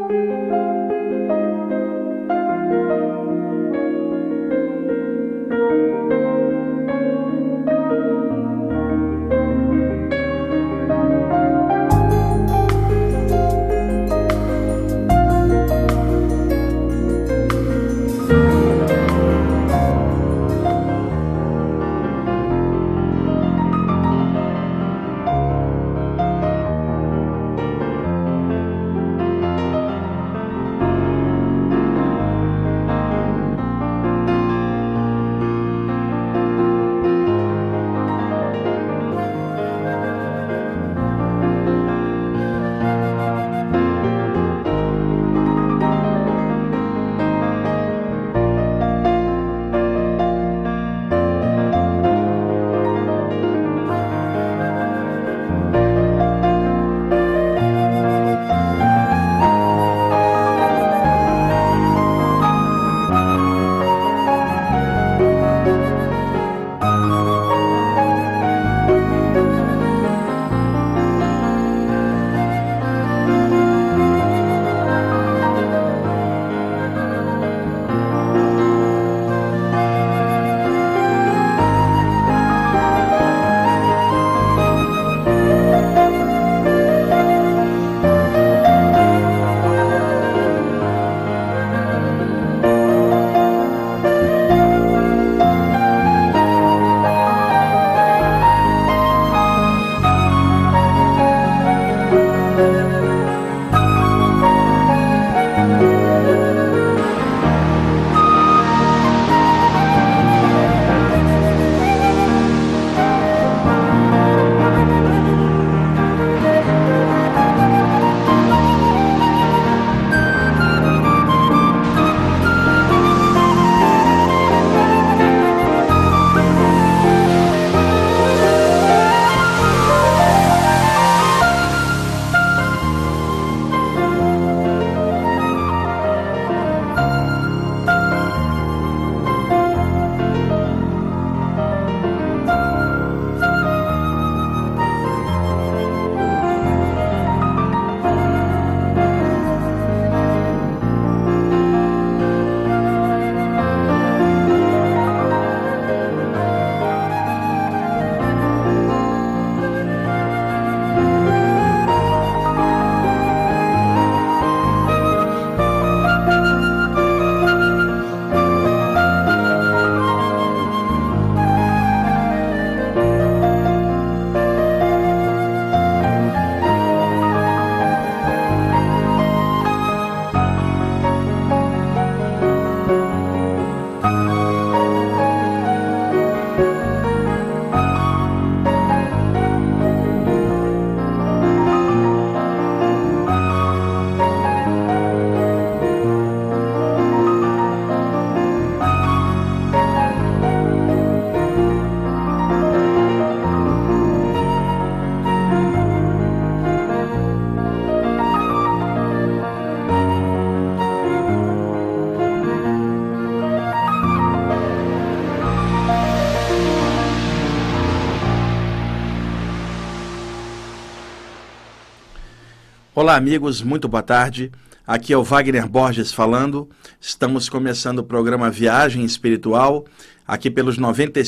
Olá amigos, muito boa tarde. Aqui é o Wagner Borges falando. Estamos começando o programa Viagem Espiritual, aqui pelos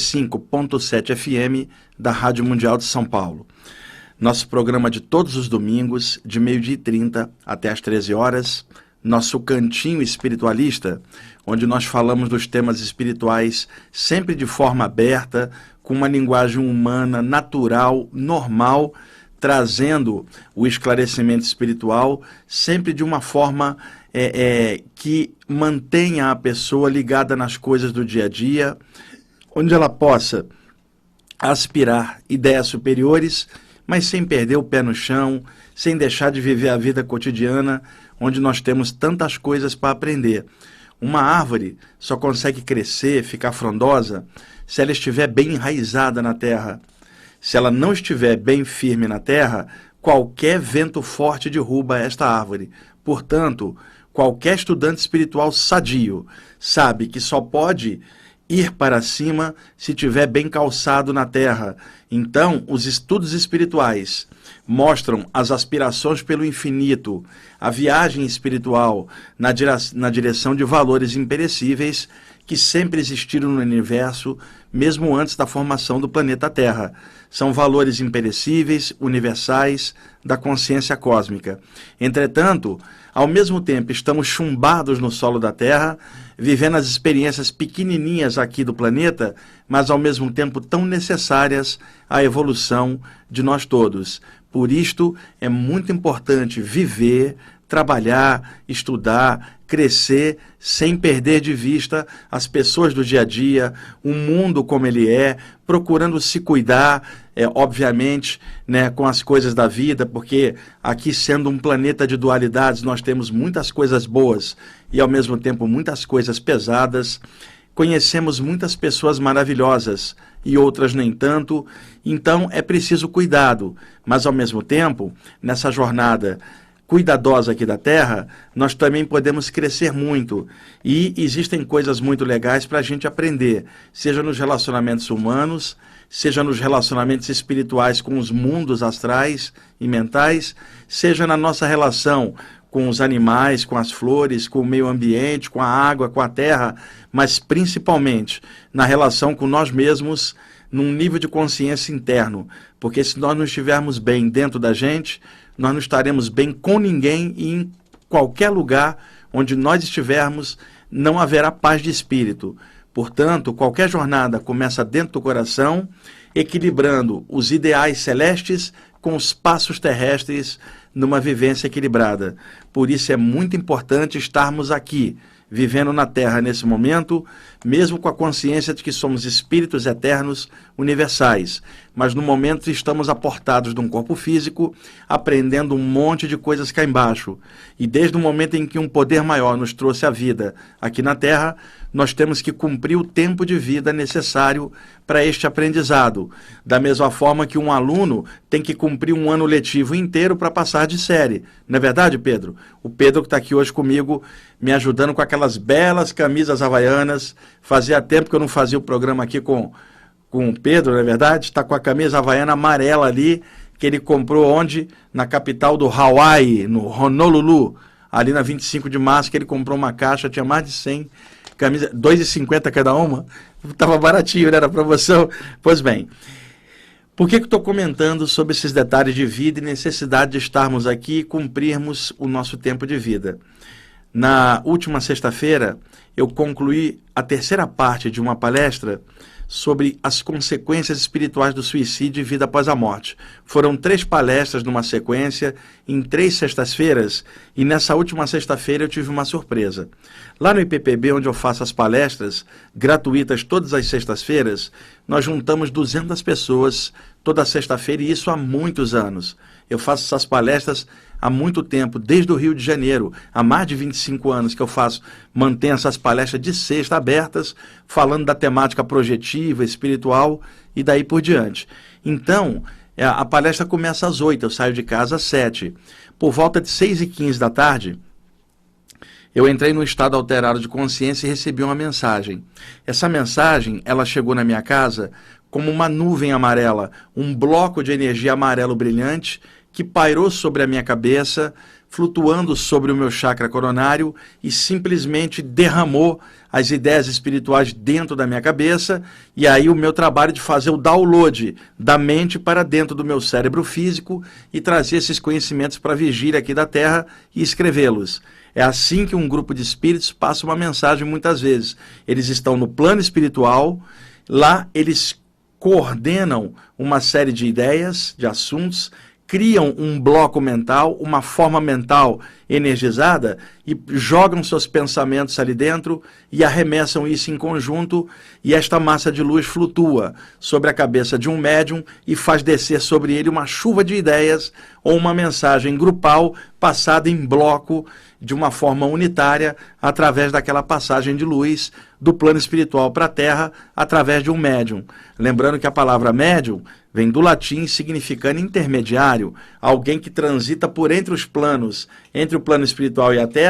95.7 FM da Rádio Mundial de São Paulo. Nosso programa de todos os domingos, de 12h30 até as 13 horas. Nosso cantinho espiritualista, onde nós falamos dos temas espirituais sempre de forma aberta, com uma linguagem humana, natural, normal, trazendo o esclarecimento espiritual sempre de uma forma que mantenha a pessoa ligada nas coisas do dia a dia, onde ela possa aspirar ideias superiores, mas sem perder o pé no chão, sem deixar de viver a vida cotidiana, onde nós temos tantas coisas para aprender. Uma árvore só consegue crescer, ficar frondosa, se ela estiver bem enraizada na terra. Se ela não estiver bem firme na terra, qualquer vento forte derruba esta árvore. Portanto, qualquer estudante espiritual sadio sabe que só pode ir para cima se estiver bem calçado na terra. Então, os estudos espirituais mostram as aspirações pelo infinito, a viagem espiritual na direção de valores imperecíveis que sempre existiram no universo, mesmo antes da formação do planeta Terra. São valores imperecíveis, universais, da consciência cósmica. Entretanto, ao mesmo tempo, estamos chumbados no solo da Terra, vivendo as experiências pequenininhas aqui do planeta, mas ao mesmo tempo tão necessárias à evolução de nós todos. Por isto, é muito importante viver, trabalhar, estudar, crescer, sem perder de vista as pessoas do dia a dia, o mundo como ele é, procurando se cuidar, obviamente, né, com as coisas da vida, porque aqui, sendo um planeta de dualidades, nós temos muitas coisas boas e, ao mesmo tempo, muitas coisas pesadas. Conhecemos muitas pessoas maravilhosas e outras nem tanto, então é preciso cuidado, mas, ao mesmo tempo, nessa jornada cuidadosa aqui da Terra, nós também podemos crescer muito. E existem coisas muito legais para a gente aprender, seja nos relacionamentos humanos, seja nos relacionamentos espirituais com os mundos astrais e mentais, seja na nossa relação com os animais, com as flores, com o meio ambiente, com a água, com a terra, mas principalmente na relação com nós mesmos, num nível de consciência interno. Porque se nós não estivermos bem dentro da gente, nós não estaremos bem com ninguém e em qualquer lugar onde nós estivermos, não haverá paz de espírito. Portanto, qualquer jornada começa dentro do coração, equilibrando os ideais celestes com os passos terrestres numa vivência equilibrada. Por isso é muito importante estarmos aqui, vivendo na Terra nesse momento, mesmo com a consciência de que somos espíritos eternos, universais. Mas no momento estamos aportados de um corpo físico, aprendendo um monte de coisas cá embaixo. E desde o momento em que um poder maior nos trouxe a vida aqui na Terra, nós temos que cumprir o tempo de vida necessário para este aprendizado. Da mesma forma que um aluno tem que cumprir um ano letivo inteiro para passar de série. Não é verdade, Pedro? O Pedro que está aqui hoje comigo, me ajudando com aquelas belas camisas havaianas. Fazia tempo que eu não fazia o programa aqui com o Pedro, não é verdade? Está com a camisa havaiana amarela ali, que ele comprou onde? Na capital do Hawaii, no Honolulu. Ali na 25 de março, que ele comprou uma caixa, tinha mais de 100 camisas, R$2,50 cada uma. Estava baratinho, né? Era promoção. Pois bem, por que eu estou comentando sobre esses detalhes de vida e necessidade de estarmos aqui e cumprirmos o nosso tempo de vida? Na última sexta-feira, eu concluí a terceira parte de uma palestra sobre as consequências espirituais do suicídio e vida após a morte. Foram 3 palestras numa sequência, em 3 sextas-feiras, e nessa última sexta-feira eu tive uma surpresa. Lá no IPPB, onde eu faço as palestras gratuitas todas as sextas-feiras, nós juntamos 200 pessoas toda sexta-feira, e isso há muitos anos. Eu faço essas palestras há muito tempo, desde o Rio de Janeiro, há mais de 25 anos que eu mantenho essas palestras de sexta abertas, falando da temática projetiva, espiritual e daí por diante. Então, a palestra começa às 8, eu saio de casa às 7. Por volta de 6h15 da tarde, eu entrei num estado alterado de consciência e recebi uma mensagem. Essa mensagem, ela chegou na minha casa como uma nuvem amarela, um bloco de energia amarelo brilhante que pairou sobre a minha cabeça, flutuando sobre o meu chakra coronário e simplesmente derramou as ideias espirituais dentro da minha cabeça, e aí o meu trabalho de fazer o download da mente para dentro do meu cérebro físico e trazer esses conhecimentos para a vigília aqui da Terra e escrevê-los. É assim que um grupo de espíritos passa uma mensagem muitas vezes. Eles estão no plano espiritual, lá eles coordenam uma série de ideias, de assuntos, criam um bloco mental, uma forma mental energizada e jogam seus pensamentos ali dentro e arremessam isso em conjunto, e esta massa de luz flutua sobre a cabeça de um médium e faz descer sobre ele uma chuva de ideias ou uma mensagem grupal passada em bloco de uma forma unitária através daquela passagem de luz do plano espiritual para a Terra através de um médium. Lembrando que a palavra médium vem do latim significando intermediário, alguém que transita por entre os planos, entre o plano espiritual e a Terra,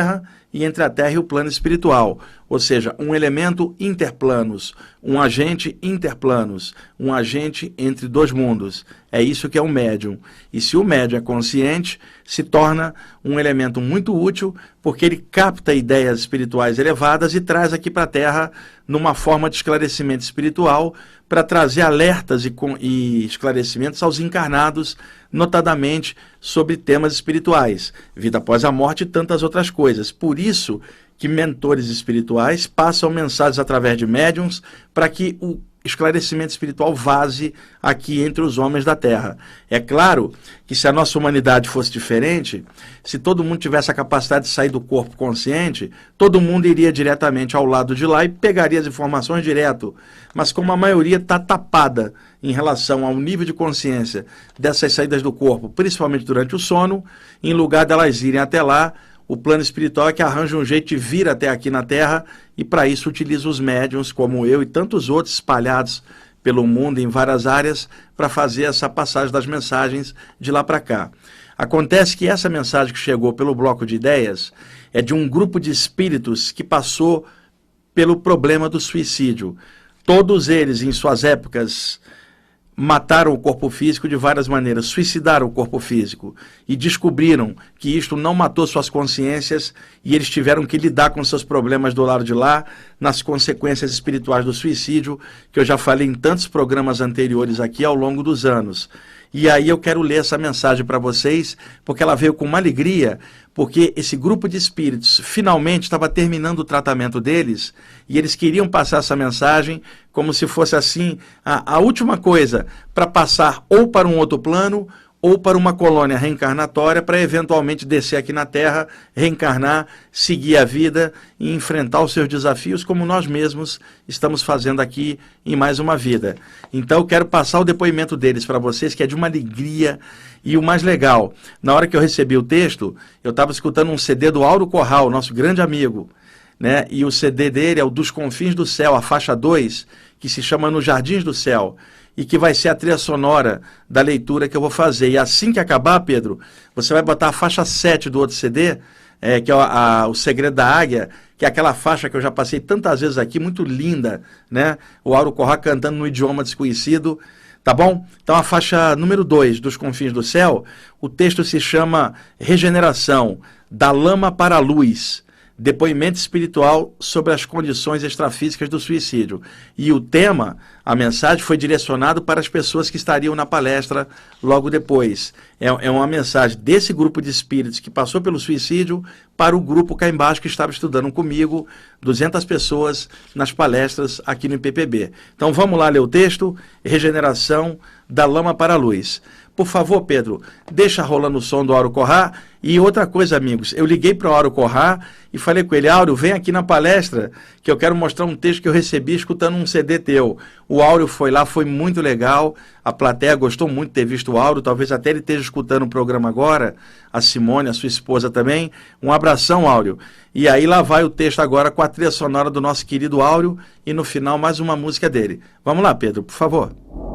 e entre a Terra e o plano espiritual, ou seja, um elemento interplanos, um agente interplanos, um agente entre dois mundos. É isso que é um médium. E se o médium é consciente, se torna um elemento muito útil, porque ele capta ideias espirituais elevadas e traz aqui para a Terra numa forma de esclarecimento espiritual, para trazer alertas e esclarecimentos aos encarnados, notadamente sobre temas espirituais, vida após a morte e tantas outras coisas. Por isso que mentores espirituais passam mensagens através de médiums para que o esclarecimento espiritual vaze aqui entre os homens da Terra. É claro que se a nossa humanidade fosse diferente, se todo mundo tivesse a capacidade de sair do corpo consciente, todo mundo iria diretamente ao lado de lá e pegaria as informações direto. Mas como a maioria está tapada em relação ao nível de consciência dessas saídas do corpo, principalmente durante o sono, em lugar delas irem até lá, o plano espiritual é que arranja um jeito de vir até aqui na Terra e para isso utiliza os médiuns como eu e tantos outros espalhados pelo mundo em várias áreas para fazer essa passagem das mensagens de lá para cá. Acontece que essa mensagem que chegou pelo bloco de ideias é de um grupo de espíritos que passou pelo problema do suicídio. Todos eles, em suas épocas, mataram o corpo físico de várias maneiras, suicidaram o corpo físico e descobriram que isto não matou suas consciências e eles tiveram que lidar com seus problemas do lado de lá, nas consequências espirituais do suicídio, que eu já falei em tantos programas anteriores aqui ao longo dos anos. E aí eu quero ler essa mensagem para vocês, porque ela veio com uma alegria, porque esse grupo de espíritos finalmente estava terminando o tratamento deles, e eles queriam passar essa mensagem como se fosse assim, a última coisa, para passar ou para um outro plano, ou para uma colônia reencarnatória, para eventualmente descer aqui na Terra, reencarnar, seguir a vida e enfrentar os seus desafios, como nós mesmos estamos fazendo aqui em mais uma vida. Então eu quero passar o depoimento deles para vocês, que é de uma alegria. E o mais legal, na hora que eu recebi o texto, eu estava escutando um CD do Auro Corral, nosso grande amigo, né? E o CD dele é o Dos Confins do Céu, a faixa 2, que se chama Nos Jardins do Céu, e que vai ser a trilha sonora da leitura que eu vou fazer. E assim que acabar, Pedro, você vai botar a faixa 7 do outro CD, que é o Segredo da Águia, que é aquela faixa que eu já passei tantas vezes aqui, muito linda, né? O Auro Corrá cantando no idioma desconhecido, tá bom? Então a faixa número 2, Dos Confins do Céu, o texto se chama Regeneração, da Lama para a Luz, depoimento espiritual sobre as condições extrafísicas do suicídio. E o tema, a mensagem, foi direcionado para as pessoas que estariam na palestra logo depois. É uma mensagem desse grupo de espíritos que passou pelo suicídio para o grupo cá embaixo que estava estudando comigo, 200 pessoas nas palestras aqui no IPPB. Então vamos lá ler o texto, Regeneração, da Lama para a Luz. Por favor, Pedro, deixa rolando o som do Auro Corrá. E outra coisa, amigos, eu liguei para o Auro Corrá e falei com ele: Áureo, vem aqui na palestra que eu quero mostrar um texto que eu recebi escutando um CD teu. O Áureo foi lá, foi muito legal, a plateia gostou muito de ter visto o Áureo, talvez até ele esteja escutando o programa agora, a Simone, a sua esposa também. Um abração, Áureo. E aí lá vai o texto agora com a trilha sonora do nosso querido Áureo e no final mais uma música dele. Vamos lá, Pedro, por favor.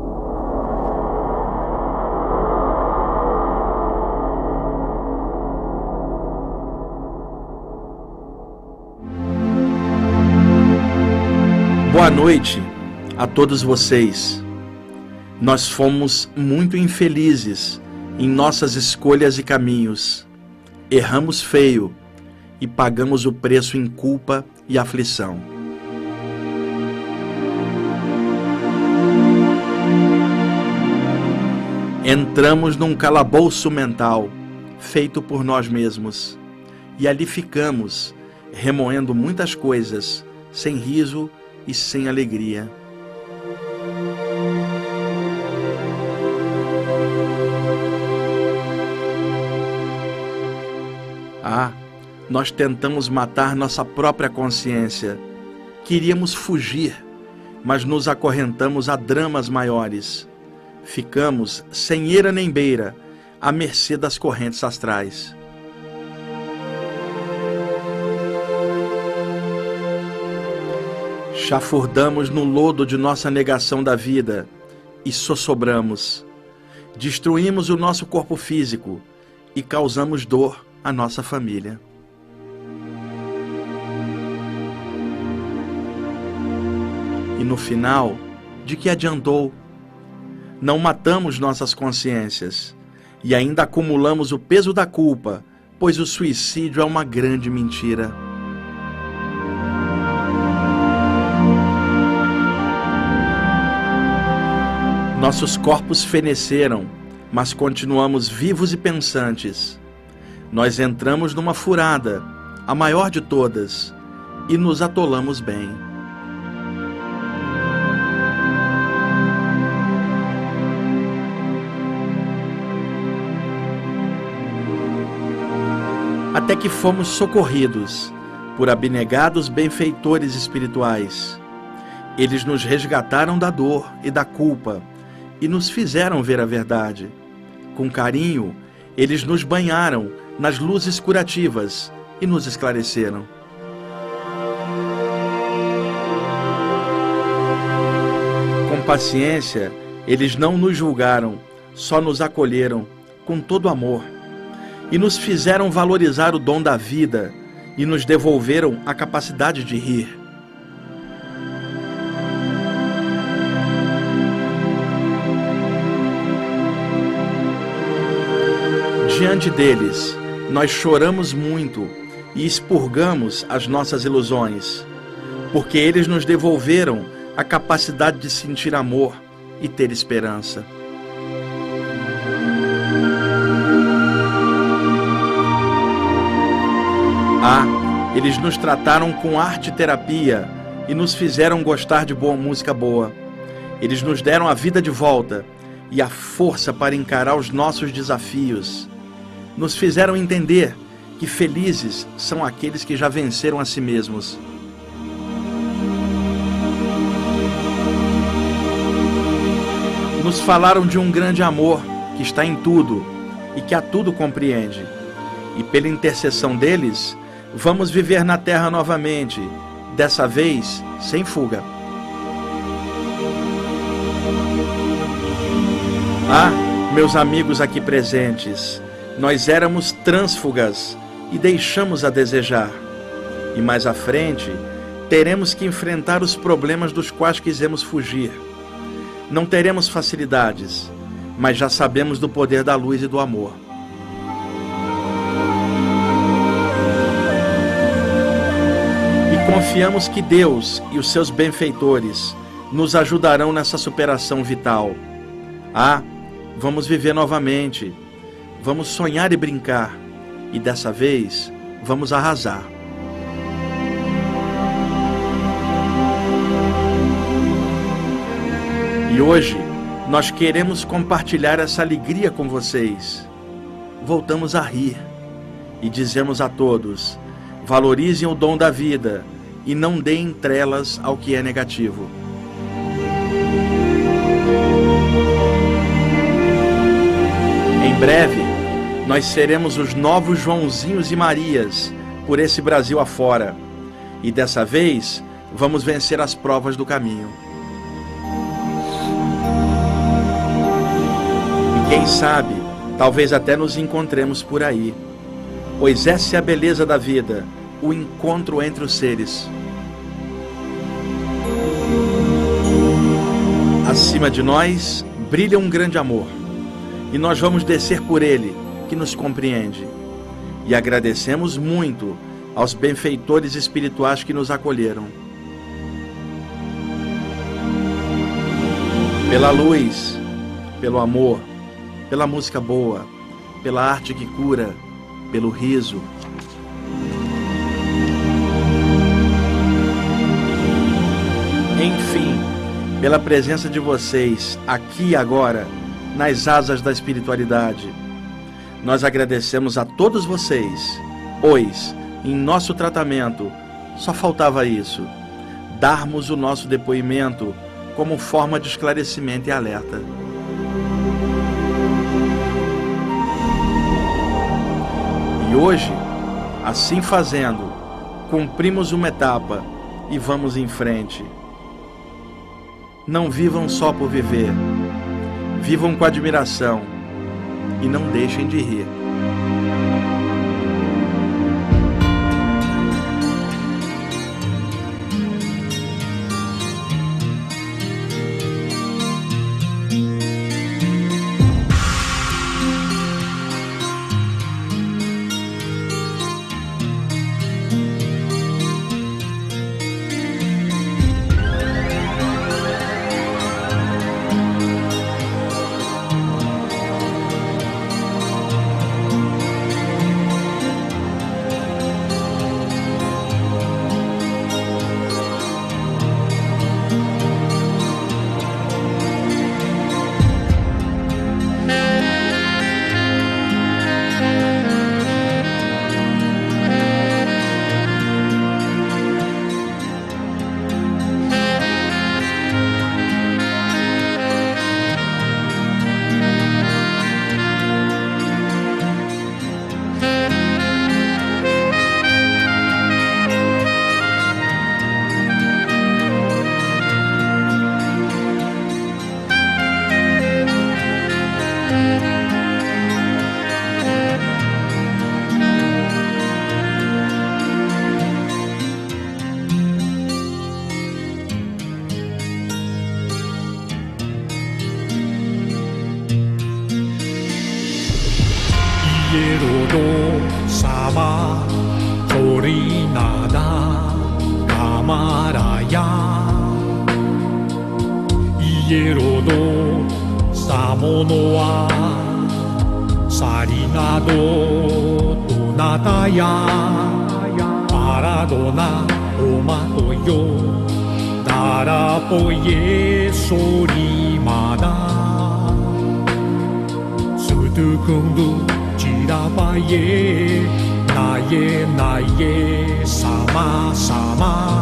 Boa noite a todos vocês. Nós fomos muito infelizes em nossas escolhas e caminhos. Erramos feio e pagamos o preço em culpa e aflição. Entramos num calabouço mental feito por nós mesmos e ali ficamos remoendo muitas coisas sem riso e sem alegria. Nós tentamos matar nossa própria consciência. Queríamos fugir, mas nos acorrentamos a dramas maiores. Ficamos sem eira nem beira, à mercê das correntes astrais. Chafurdamos no lodo de nossa negação da vida e sossobramos. Destruímos o nosso corpo físico e causamos dor à nossa família. no final, de que adiantou? Não matamos nossas consciências e ainda acumulamos o peso da culpa, pois o suicídio é uma grande mentira. Nossos corpos feneceram, mas continuamos vivos e pensantes. Nós entramos numa furada, a maior de todas, e nos atolamos bem. Até que fomos socorridos por abnegados benfeitores espirituais. Eles nos resgataram da dor e da culpa e nos fizeram ver a verdade. Com carinho, eles nos banharam nas luzes curativas e nos esclareceram. Com paciência, eles não nos julgaram, só nos acolheram com todo amor e nos fizeram valorizar o dom da vida e nos devolveram a capacidade de rir. Diante deles, nós choramos muito e expurgamos as nossas ilusões, porque eles nos devolveram a capacidade de sentir amor e ter esperança. Eles nos trataram com arte-terapia e nos fizeram gostar de boa música boa. Eles nos deram a vida de volta e a força para encarar os nossos desafios. Nos fizeram entender que felizes são aqueles que já venceram a si mesmos. Nos falaram de um grande amor que está em tudo e que a tudo compreende. E pela intercessão deles, vamos viver na Terra novamente, dessa vez sem fuga. Meus amigos aqui presentes, nós éramos trânsfugas e deixamos a desejar. E mais à frente, teremos que enfrentar os problemas dos quais quisemos fugir. Não teremos facilidades, mas já sabemos do poder da luz e do amor. E confiamos que Deus e os seus benfeitores nos ajudarão nessa superação vital. Vamos viver novamente. Vamos sonhar e brincar, e dessa vez, vamos arrasar. E hoje, nós queremos compartilhar essa alegria com vocês. Voltamos a rir e dizemos a todos, valorizem o dom da vida e não deem trelas ao que é negativo. Em breve, nós seremos os novos Joãozinhos e Marias por esse Brasil afora. E dessa vez, vamos vencer as provas do caminho. E quem sabe, talvez até nos encontremos por aí. Pois essa é a beleza da vida, o encontro entre os seres. Acima de nós, brilha um grande amor. E nós vamos descer por ele, que nos compreende. E agradecemos muito aos benfeitores espirituais que nos acolheram. Pela luz, pelo amor, pela música boa, pela arte que cura, pelo riso. Enfim, pela presença de vocês, aqui e agora, nas asas da espiritualidade. Nós agradecemos a todos vocês, pois, em nosso tratamento, só faltava isso, darmos o nosso depoimento como forma de esclarecimento e alerta. E hoje, assim fazendo, cumprimos uma etapa e vamos em frente. Não vivam só por viver, vivam com admiração e não deixem de rir. 소리나다 가마라야 이에로도 사모노와 사리나도 도나다야 아라도나 오마도요 나라보예 소리마다 수두궁두 지라바예 나예 사마사마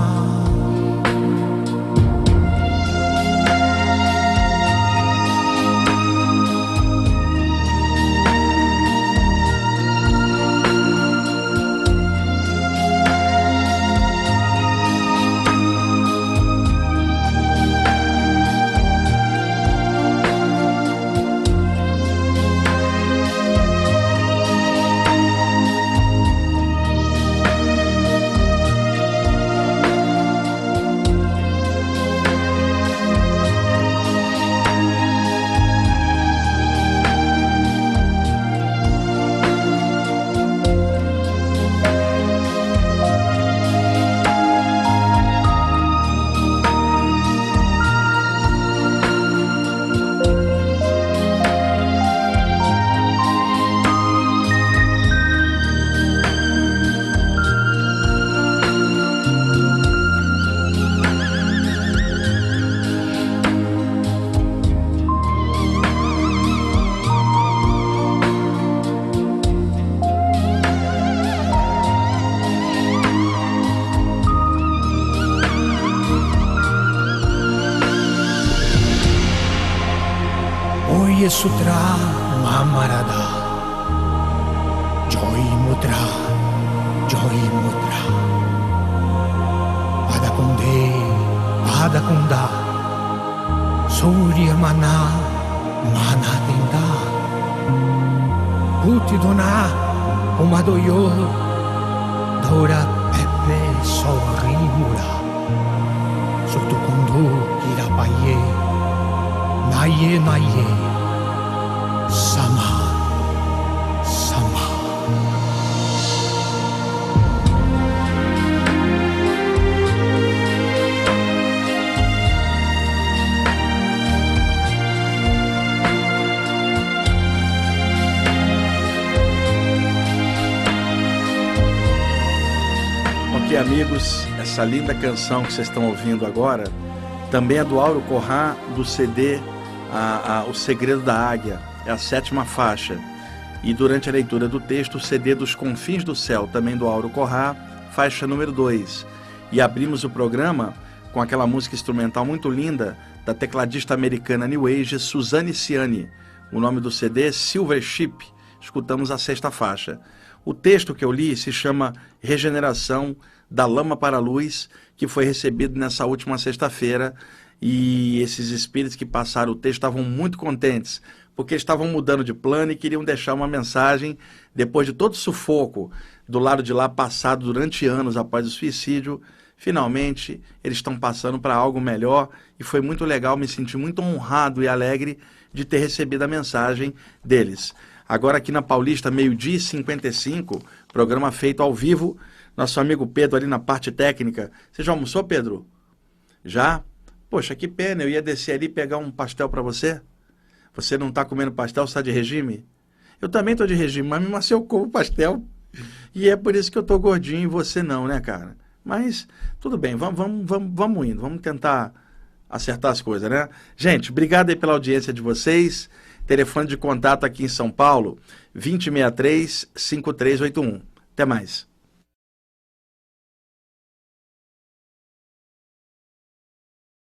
Oye Sutra Mamarada Joy Mudra Padakunda Surya Mana Manatinda Putidona Umadoyo Dora Pepe Sorimura Sotukundu Kirapaye Naye Sama Ok, amigos, essa linda canção que vocês estão ouvindo agora também é do Auro Corrá, do CD O Segredo da Águia, é a 7ª faixa. E durante a leitura do texto, o CD dos Confins do Céu, também do Auro Corrá, faixa número 2. E abrimos o programa com aquela música instrumental muito linda da tecladista americana New Age, Suzanne Ciani. O nome do CD é Silver Ship. Escutamos a 6ª faixa. O texto que eu li se chama Regeneração da Lama para a Luz, que foi recebido nessa última sexta-feira, e esses espíritos que passaram o texto estavam muito contentes, porque estavam mudando de plano e queriam deixar uma mensagem, depois de todo o sufoco do lado de lá passado durante anos após o suicídio. Finalmente eles estão passando para algo melhor, e foi muito legal, me senti muito honrado e alegre de ter recebido a mensagem deles. Agora aqui na Paulista, 12h55, programa feito ao vivo. Nosso amigo Pedro ali na parte técnica. Você já almoçou, Pedro? Já? Poxa, que pena, eu ia descer ali e pegar um pastel para você. Você não está comendo pastel, está de regime? Eu também estou de regime, mas mesmo assim eu como pastel. E é por isso que eu estou gordinho e você não, né, cara? Mas tudo bem, vamos indo, vamos tentar acertar as coisas, né? Gente, obrigado aí pela audiência de vocês. Telefone de contato aqui em São Paulo, 2063-5381. Até mais.